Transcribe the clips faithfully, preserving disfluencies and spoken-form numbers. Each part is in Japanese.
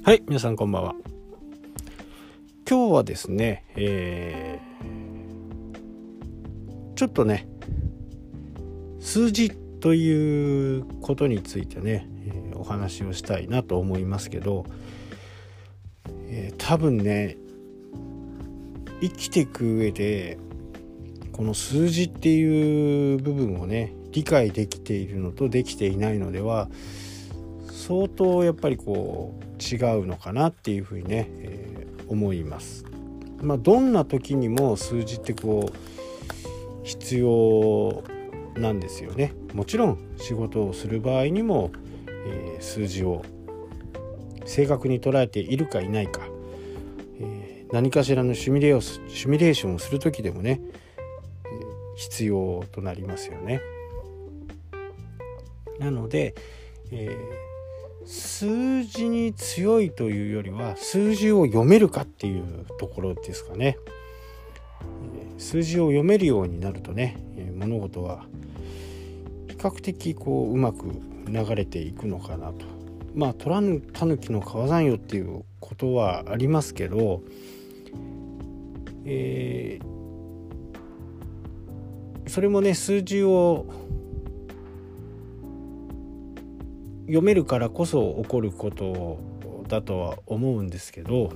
はい、皆さんこんばんは。今日はですね、えー、ちょっとね数字ということについてね、えー、お話をしたいなと思いますけど、えー、多分ね生きていく上でこの数字っていう部分をね理解できているのとできていないのでは相当やっぱりこう違うのかなっていうふうにね、えー、思います。まあどんな時にも数字ってこう必要なんですよね。もちろん仕事をする場合にも、えー、数字を正確に捉えているかいないか、えー、何かしらのシミュレーション、シミュレーションをする時でもね、えー、必要となりますよね。なので、えー数字に強いというよりは数字を読めるかっていうところですかね。数字を読めるようになるとね、物事は比較的こううまく流れていくのかなと。まあ取らぬ狸の皮算よっていうことはありますけど、えー、それもね数字を読めるからこそ起こることだとは思うんですけど、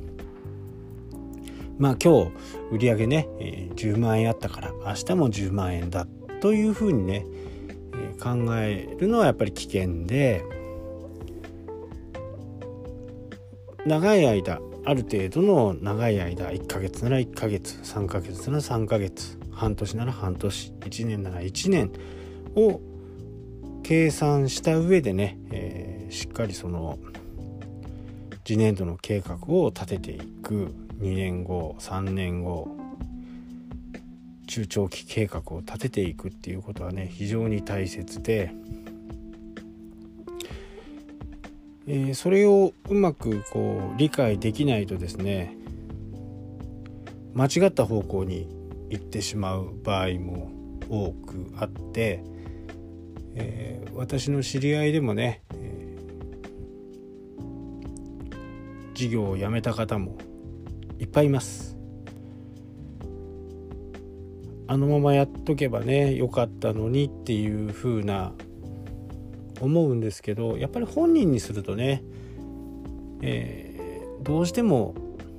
まあ今日売り上げね、えー、じゅうまんえんあったから明日もじゅうまんえんだというふうにね、えー、考えるのはやっぱり危険で、長い間ある程度の長い間いっかげつならいっかげつ、さんかげつならさんかげつ、半年なら半年、いちねんならいちねんを計算した上でね、えー、しっかりその次年度の計画を立てていく。にねんご、さんねんご、中長期計画を立てていくっていうことはね非常に大切で、えー、それをうまくこう理解できないとですね間違った方向に行ってしまう場合も多くあって、えー、私の知り合いでもね、えー、事業を辞めた方もいっぱいいます。あのままやっとけばね良かったのにっていう風な思うんですけど、やっぱり本人にするとね、えー、どうしても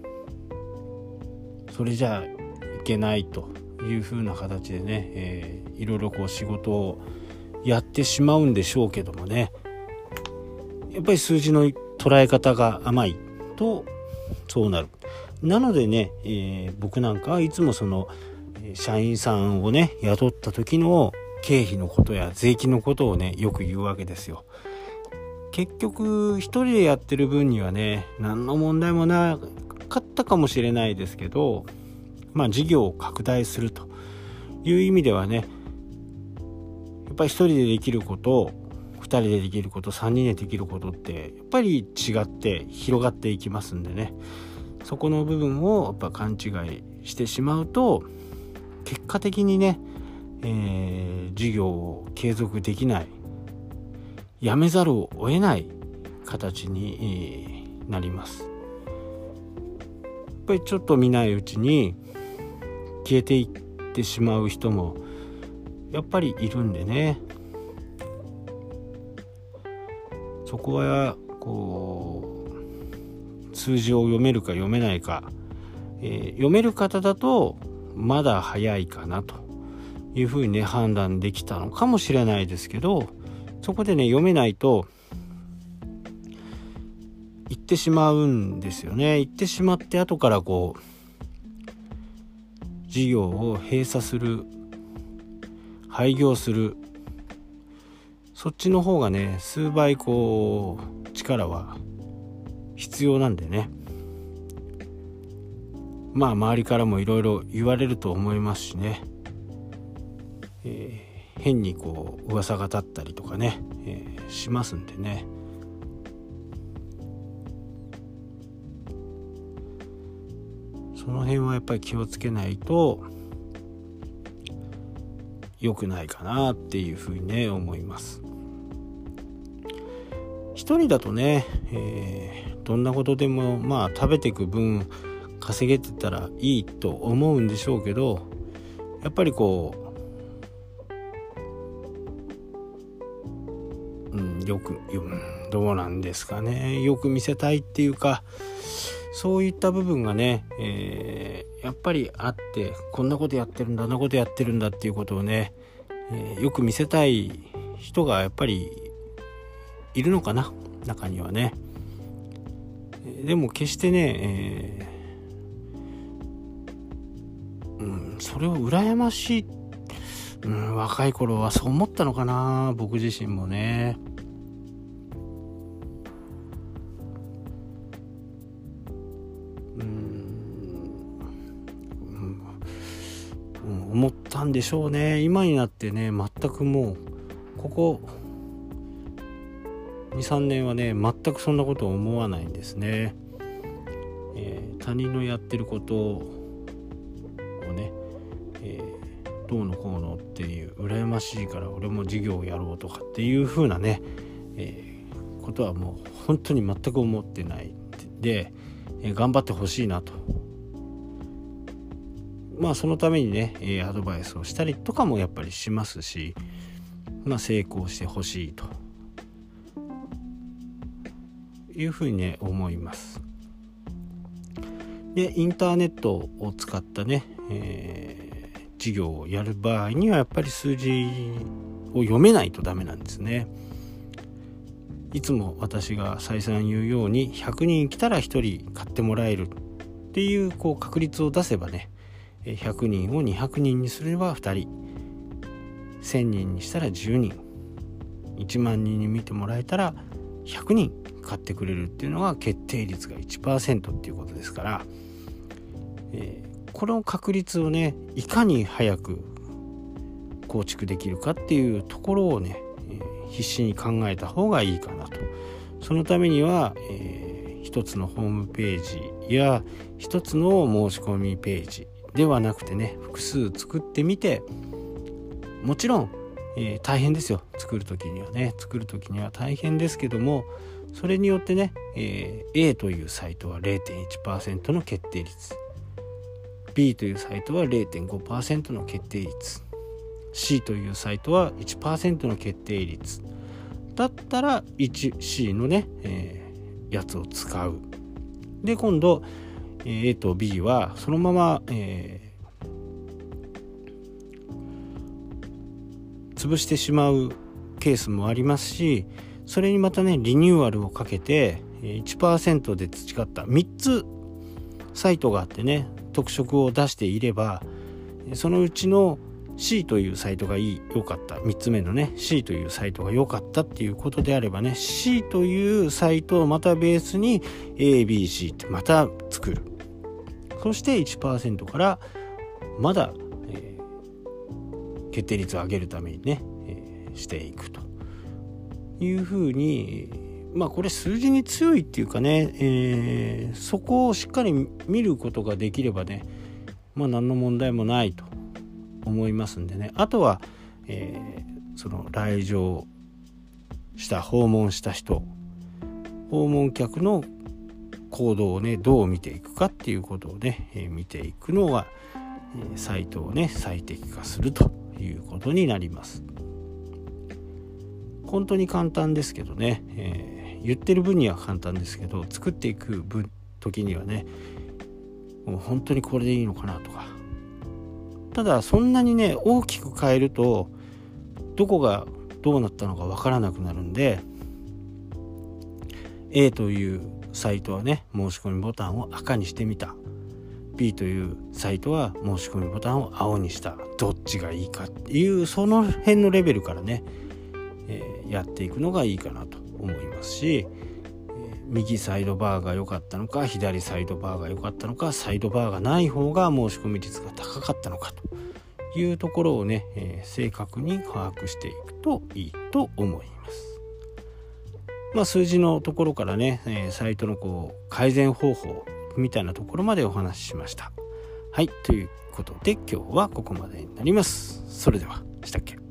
それじゃいけないという風な形でね、えー、いろいろこう仕事をやってしまうんでしょうけどもね、やっぱり数字の捉え方が甘いとそうなる。なのでね、えー、僕なんかはいつもその社員さんをね雇った時の経費のことや税金のことをねよく言うわけですよ。結局一人でやってる分にはね何の問題もなかったかもしれないですけど、まあ事業を拡大するという意味ではねやっぱり一人でできること二人でできること三人でできることってやっぱり違って広がっていきますんでね、そこの部分をやっぱ勘違いしてしまうと結果的にね、えー、事業を継続できない、やめざるを得ない形に、えー、なります。やっぱりちょっと見ないうちに消えていってしまう人もやっぱりいるんでね、そこはこう数字を読めるか読めないか、えー、読める方だとまだ早いかなというふうにね判断できたのかもしれないですけど、そこでね読めないと言ってしまうんですよね。言ってしまって後からこう事業を閉鎖する、廃業する、そっちの方がね数倍こう力は必要なんでね、まあ周りからもいろいろ言われると思いますしね、えー、変にこう噂が立ったりとかね、えー、しますんでね、その辺はやっぱり気をつけないと良くないかなっていうふうにね思います。一人だとね、えー、 どんなことでもまあ食べていく分稼げてたらいいと思うんでしょうけど、やっぱりこう、うん、よく、うん、どうなんですかね、よく見せたいっていうか、そういった部分がね、えー、やっぱりあって、こんなことやってるんだ、あんなことやってるんだっていうことをね、えー、よく見せたい人がやっぱりいるのかな、中にはね。でも決してね、えーうん、それを羨ましい、うん、若い頃はそう思ったのかな、僕自身もね。思ったんでしょうね。今になってね、全くもうここ に,さん 年はね、全くそんなことを思わないんですね。えー、他人のやってることをね、えー、どうのこうのっていう、羨ましいから俺も事業をやろうとかっていう風なね、えー、ことはもう本当に全く思ってないで、えー、頑張ってほしいなと。まあそのためにね、えー、アドバイスをしたりとかもやっぱりしますし、まあ成功してほしいというふうにね思います。で、インターネットを使ったね、えー、事業をやる場合にはやっぱり数字を読めないとダメなんですね。いつも私が再三言うように、ひゃくにん来たらひとり買ってもらえるっていう、こう確率を出せばね、ひゃくにんをにひゃくにんにすればふたり、せんにんにしたらじゅうにん、いちまんにんに見てもらえたらひゃくにん買ってくれるっていうのが決定率が いちパーセント っていうことですから、えー、この確率をね、いかに早く構築できるかっていうところをね、えー、必死に考えた方がいいかなと。そのためには、えー、一つのホームページや一つの申し込みページではなくてね、複数作ってみて、もちろん、えー、大変ですよ。作るときにはね作るときには大変ですけども、それによってね、えー、A というサイトは れいてんいちパーセント の決定率、 B というサイトは れいてんごパーセント の決定率、 C というサイトはいちパーセント の決定率だったら いちシー のね、えー、やつを使う。で、今度A と B はそのまま、えー、潰してしまうケースもありますし、それにまたねリニューアルをかけて いちパーセント で培ったみっつサイトがあってね、特色を出していれば、そのうちの C というサイトがいい良かった、みっつめのね C というサイトが良かったっていうことであればね、 C というサイトをまたベースに A、B、C ってまた作る。そして いちパーセント からまだ、えー、決定率を上げるためにね、えー、していくというふうに、まあこれ数字に強いっていうかね、えー、そこをしっかり見ることができればね、まあ何の問題もないと思いますんでね。あとは、えー、その来場した訪問した人、訪問客の行動をねどう見ていくかっていうことをね、えー、見ていくのが、えー、サイトをね最適化するということになります。本当に簡単ですけどね、えー、言ってる分には簡単ですけど、作っていく分時にはね、もう本当にこれでいいのかなとか。ただそんなにね大きく変えるとどこがどうなったのかわからなくなるんで、 A というサイトはね申し込みボタンを赤にしてみた、 B というサイトは申し込みボタンを青にした、どっちがいいかっていうその辺のレベルからね、えー、やっていくのがいいかなと思いますし、えー、右サイドバーが良かったのか、左サイドバーが良かったのか、サイドバーがない方が申し込み率が高かったのかというところをね、えー、正確に把握していくといいと思います。まあ、数字のところからね、えー、サイトのこう改善方法みたいなところまでお話ししました。はい、ということで今日はここまでになります。それではしたっけ。